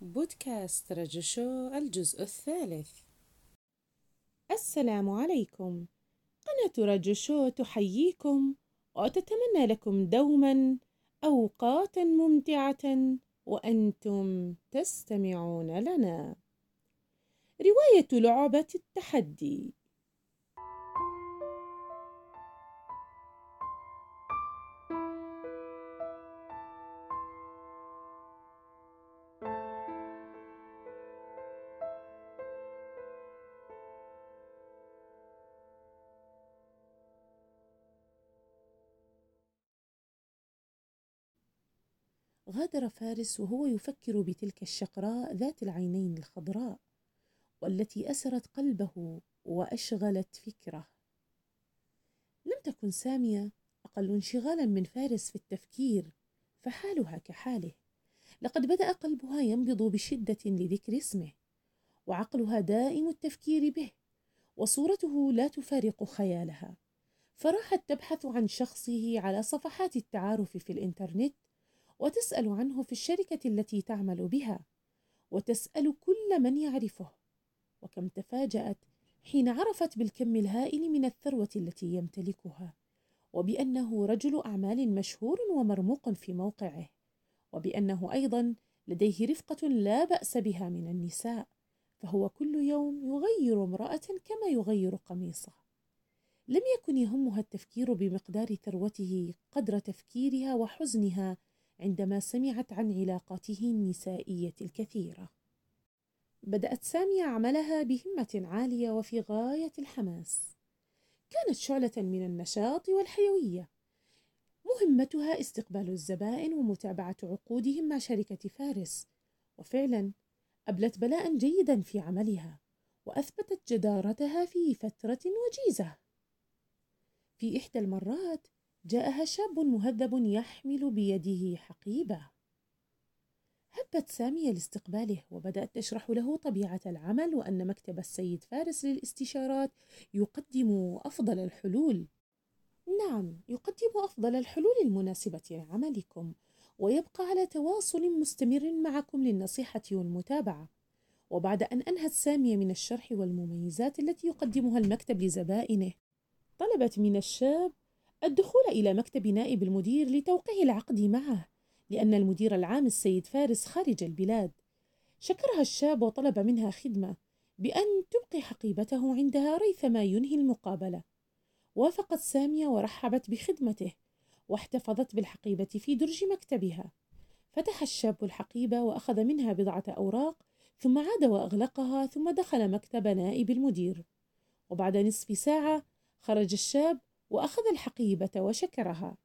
بودكاست رجشو الجزء الثالث. السلام عليكم. قناة رجشو تحييكم وتتمنى لكم دوما أوقاتا ممتعة وأنتم تستمعون لنا. رواية لعبة التحدي. غادر فارس وهو يفكر بتلك الشقراء ذات العينين الخضراء والتي أسرت قلبه وأشغلت فكره. لم تكن سامية أقل انشغالا من فارس في التفكير، فحالها كحاله. لقد بدأ قلبها ينبض بشدة لذكر اسمه، وعقلها دائم التفكير به، وصورته لا تفارق خيالها. فراحت تبحث عن شخصه على صفحات التعارف في الإنترنت، وتسأل عنه في الشركة التي تعمل بها، وتسأل كل من يعرفه. وكم تفاجأت حين عرفت بالكم الهائل من الثروة التي يمتلكها، وبأنه رجل أعمال مشهور ومرموق في موقعه، وبأنه أيضا لديه رفقة لا بأس بها من النساء، فهو كل يوم يغير امرأة كما يغير قميصه. لم يكن يهمها التفكير بمقدار ثروته قدر تفكيرها وحزنها عندما سمعت عن علاقاته النسائية الكثيرة. بدأت سامية عملها بهمة عالية وفي غاية الحماس. كانت شعلة من النشاط والحيوية. مهمتها استقبال الزبائن ومتابعة عقودهم مع شركة فارس، وفعلا أبلت بلاء جيدا في عملها، وأثبتت جدارتها في فترة وجيزة. في إحدى المرات جاءها شاب مهذب يحمل بيده حقيبة. هبت سامية لاستقباله، وبدأت تشرح له طبيعة العمل وأن مكتب السيد فارس للاستشارات يقدم أفضل الحلول. نعم، يقدم أفضل الحلول المناسبة لعملكم، ويبقى على تواصل مستمر معكم للنصيحة والمتابعة. وبعد أن أنهت سامية من الشرح والمميزات التي يقدمها المكتب لزبائنه، طلبت من الشاب الدخول إلى مكتب نائب المدير لتوقيع العقد معه، لأن المدير العام السيد فارس خارج البلاد. شكرها الشاب وطلب منها خدمة بأن تبقي حقيبته عندها ريثما ينهي المقابلة. وافقت سامية ورحبت بخدمته، واحتفظت بالحقيبة في درج مكتبها. فتح الشاب الحقيبة وأخذ منها بضعة أوراق، ثم عاد وأغلقها، ثم دخل مكتب نائب المدير. وبعد نصف ساعة خرج الشاب وأخذ الحقيبة وشكرها.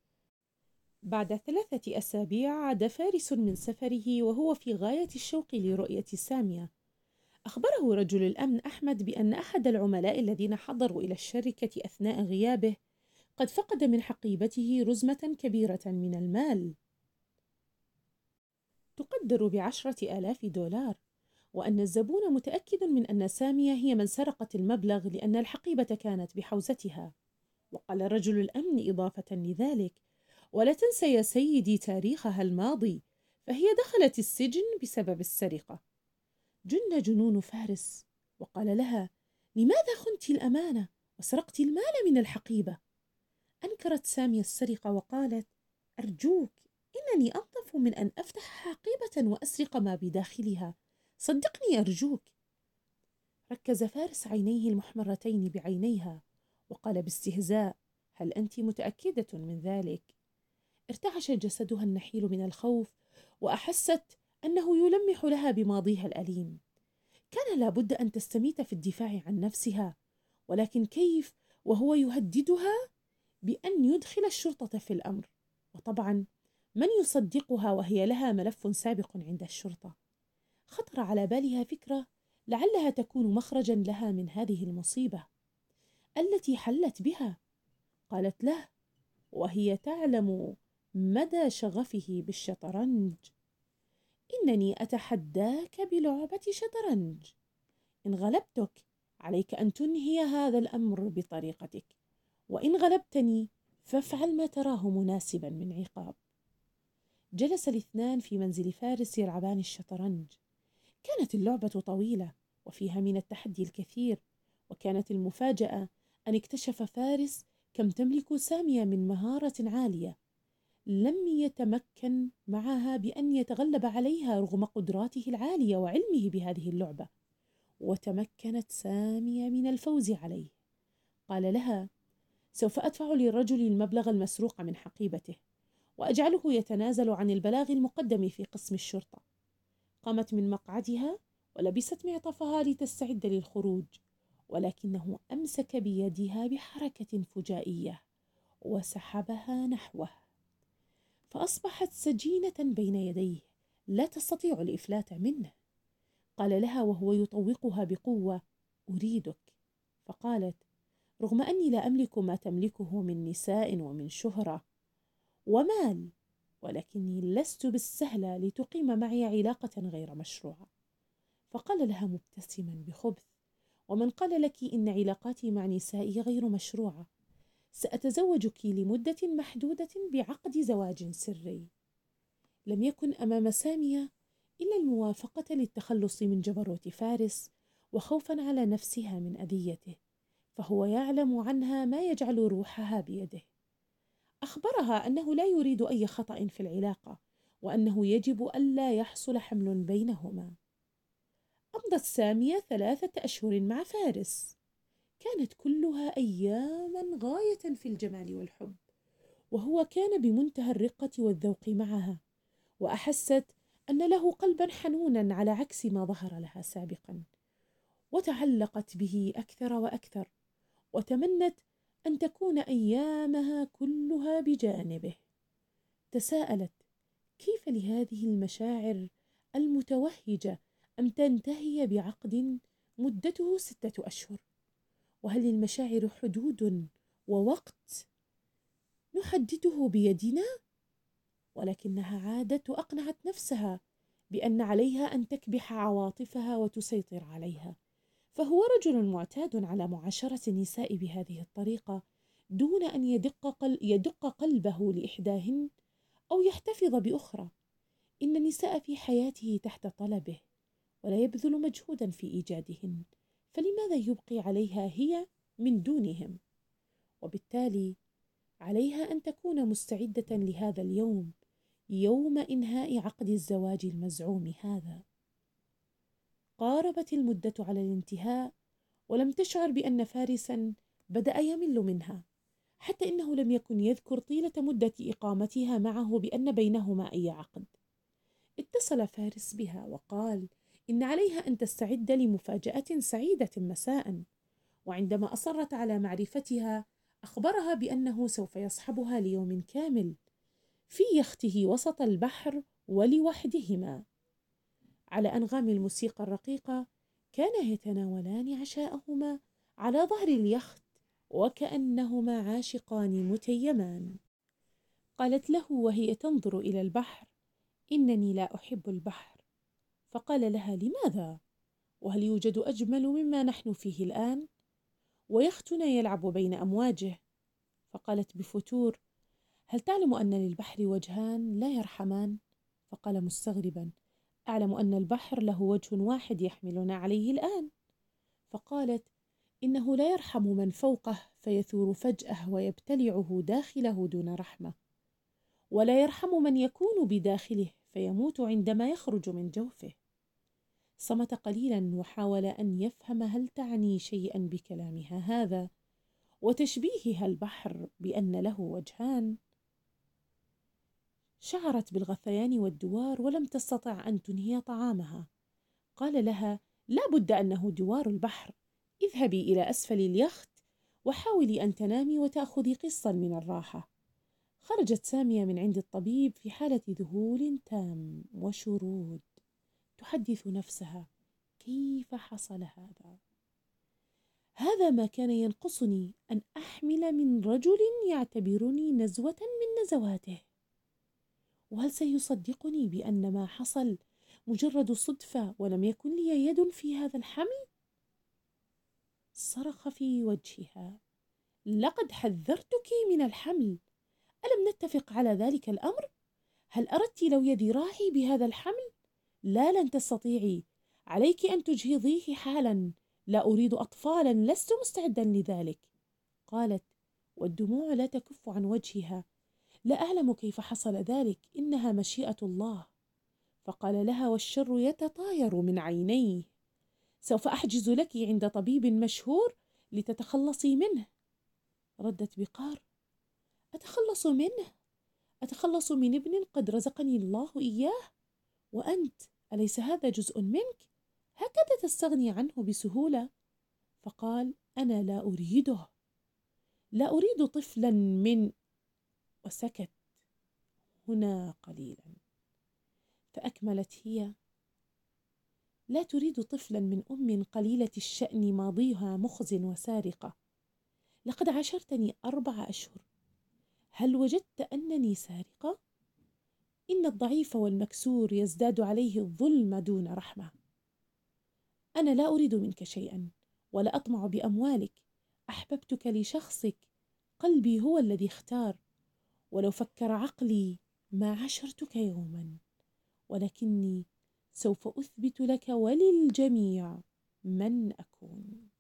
بعد 3 أسابيع عاد فارس من سفره وهو في غاية الشوق لرؤية سامية. أخبره رجل الأمن أحمد بأن أحد العملاء الذين حضروا إلى الشركة أثناء غيابه قد فقد من حقيبته رزمة كبيرة من المال تقدر ب10,000 دولار، وأن الزبون متأكد من أن سامية هي من سرقت المبلغ لأن الحقيبة كانت بحوزتها. وقال رجل الأمن إضافة لذلك: ولا تنسى يا سيدي تاريخها الماضي، فهي دخلت السجن بسبب السرقة. جن جنون فارس وقال لها: لماذا خنت الأمانة وسرقت المال من الحقيبة؟ أنكرت سامية السرقة وقالت: أرجوك، إنني أنظف من أن أفتح حقيبة وأسرق ما بداخلها، صدقني أرجوك. ركز فارس عينيه المحمرتين بعينيها وقال باستهزاء: هل أنت متأكدة من ذلك؟ ارتعش جسدها النحيل من الخوف، وأحست أنه يلمح لها بماضيها الأليم. كان لابد أن تستميت في الدفاع عن نفسها، ولكن كيف وهو يهددها بأن يدخل الشرطة في الأمر؟ وطبعا من يصدقها وهي لها ملف سابق عند الشرطة؟ خطر على بالها فكرة لعلها تكون مخرجا لها من هذه المصيبة التي حلت بها. قالت له وهي تعلم مدى شغفه بالشطرنج: إنني أتحداك بلعبة شطرنج. إن غلبتك عليك أن تنهي هذا الأمر بطريقتك، وإن غلبتني فافعل ما تراه مناسبا من عقاب. جلس الاثنان في منزل فارس يلعبان الشطرنج. كانت اللعبة طويلة وفيها من التحدي الكثير، وكانت المفاجأة أن اكتشف فارس كم تملك سامية من مهارة عالية، لم يتمكن معها بأن يتغلب عليها رغم قدراته العالية وعلمه بهذه اللعبة، وتمكنت سامية من الفوز عليه. قال لها: سوف أدفع للرجل المبلغ المسروق من حقيبته، وأجعله يتنازل عن البلاغ المقدم في قسم الشرطة. قامت من مقعدها ولبست معطفها لتستعد للخروج، ولكنه أمسك بيدها بحركة فجائية وسحبها نحوه، فأصبحت سجينة بين يديه لا تستطيع الإفلات منه. قال لها وهو يطوقها بقوة: أريدك. فقالت: رغم أني لا أملك ما تملكه من نساء ومن شهرة ومال، ولكني لست بالسهلة لتقيم معي علاقة غير مشروعة. فقال لها مبتسما بخبث: ومن قال لك إن علاقاتي مع نسائي غير مشروعة؟ سأتزوجك لمدة محدودة بعقد زواج سري. لم يكن أمام سامية إلا الموافقة للتخلص من جبروت فارس وخوفا على نفسها من أذيته، فهو يعلم عنها ما يجعل روحها بيده. أخبرها أنه لا يريد أي خطأ في العلاقة، وأنه يجب ألا يحصل حمل بينهما. أمضت سامية 3 أشهر مع فارس، كانت كلها أياما غاية في الجمال والحب، وهو كان بمنتهى الرقة والذوق معها، وأحست أن له قلبا حنونا على عكس ما ظهر لها سابقا، وتعلقت به أكثر وأكثر، وتمنت أن تكون أيامها كلها بجانبه. تساءلت: كيف لهذه المشاعر المتوهجة أن تنتهي بعقد مدته 6 أشهر؟ وهل للمشاعر حدود ووقت نحدده بيدنا؟ ولكنها عادت وأقنعت نفسها بأن عليها أن تكبح عواطفها وتسيطر عليها، فهو رجل معتاد على معاشرة النساء بهذه الطريقة دون أن يدق قلبه لإحداهن أو يحتفظ بأخرى. إن النساء في حياته تحت طلبه، ولا يبذل مجهودا في إيجادهن، فلماذا يبقي عليها هي من دونهم؟ وبالتالي عليها أن تكون مستعدة لهذا اليوم، يوم إنهاء عقد الزواج المزعوم هذا. قاربت المدة على الانتهاء، ولم تشعر بأن فارسا بدأ يمل منها، حتى إنه لم يكن يذكر طيلة مدة إقامتها معه بأن بينهما أي عقد. اتصل فارس بها وقال إن عليها أن تستعد لمفاجأة سعيدة مساء، وعندما أصرت على معرفتها أخبرها بأنه سوف يصحبها ليوم كامل في يخته وسط البحر ولوحدهما. على أنغام الموسيقى الرقيقة كانا يتناولان عشاءهما على ظهر اليخت وكأنهما عاشقان متيمان. قالت له وهي تنظر إلى البحر: إنني لا أحب البحر. فقال لها: لماذا؟ وهل يوجد أجمل مما نحن فيه الآن؟ ويختنا يلعب بين أمواجه. فقالت بفتور: هل تعلم أن للبحر وجهان لا يرحمان؟ فقال مستغربا: أعلم أن البحر له وجه واحد يحملنا عليه الآن. فقالت: إنه لا يرحم من فوقه فيثور فجأة ويبتلعه داخله دون رحمة، ولا يرحم من يكون بداخله فيموت عندما يخرج من جوفه. صمت قليلا وحاول أن يفهم هل تعني شيئا بكلامها هذا وتشبيهها البحر بأن له وجهان. شعرت بالغثيان والدوار ولم تستطع أن تنهي طعامها. قال لها: لا بد أنه دوار البحر، اذهبي إلى أسفل اليخت وحاولي أن تنامي وتأخذي قسطا من الراحة. خرجت سامية من عند الطبيب في حالة ذهول تام وشرود، تحدث نفسها: كيف حصل هذا؟ هذا ما كان ينقصني، أن أحمل من رجل يعتبرني نزوة من نزواته. وهل سيصدقني بأن ما حصل مجرد صدفة ولم يكن لي يد في هذا الحمل؟ صرخ في وجهها: لقد حذرتك من الحمل، ألم نتفق على ذلك الأمر؟ هل أردت لو يدي راعي بهذا الحمل؟ لا، لن تستطيعي. عليك أن تجهضيه حالا. لا أريد أطفالا، لست مستعدا لذلك. قالت والدموع لا تكف عن وجهها: لا أعلم كيف حصل ذلك، إنها مشيئة الله. فقال لها والشر يتطاير من عينيه: سوف أحجز لك عند طبيب مشهور لتتخلصي منه. ردت بقار: أتخلص منه؟ أتخلص من ابن قد رزقني الله إياه؟ وأنت أليس هذا جزء منك؟ هكذا تستغني عنه بسهولة؟ فقال: أنا لا أريده، لا أريد طفلا من. وسكت هنا قليلا، فأكملت هي: لا تريد طفلا من أم قليلة الشأن ماضيها مخزن وسارقة. لقد عاشرتني 4 أشهر، هل وجدت أنني سارقة؟ إن الضعيف والمكسور يزداد عليه الظلم دون رحمة. أنا لا أريد منك شيئا، ولا أطمع بأموالك. أحببتك لشخصك، قلبي هو الذي اختار. ولو فكر عقلي ما عشرتك يوما، ولكني سوف أثبت لك وللجميع من أكون.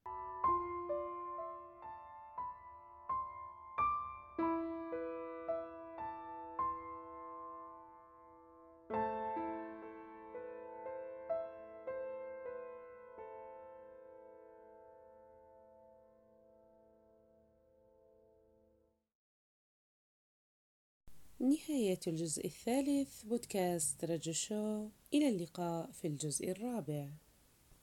نهاية الجزء الثالث بودكاست رجو شو. إلى اللقاء في الجزء الرابع.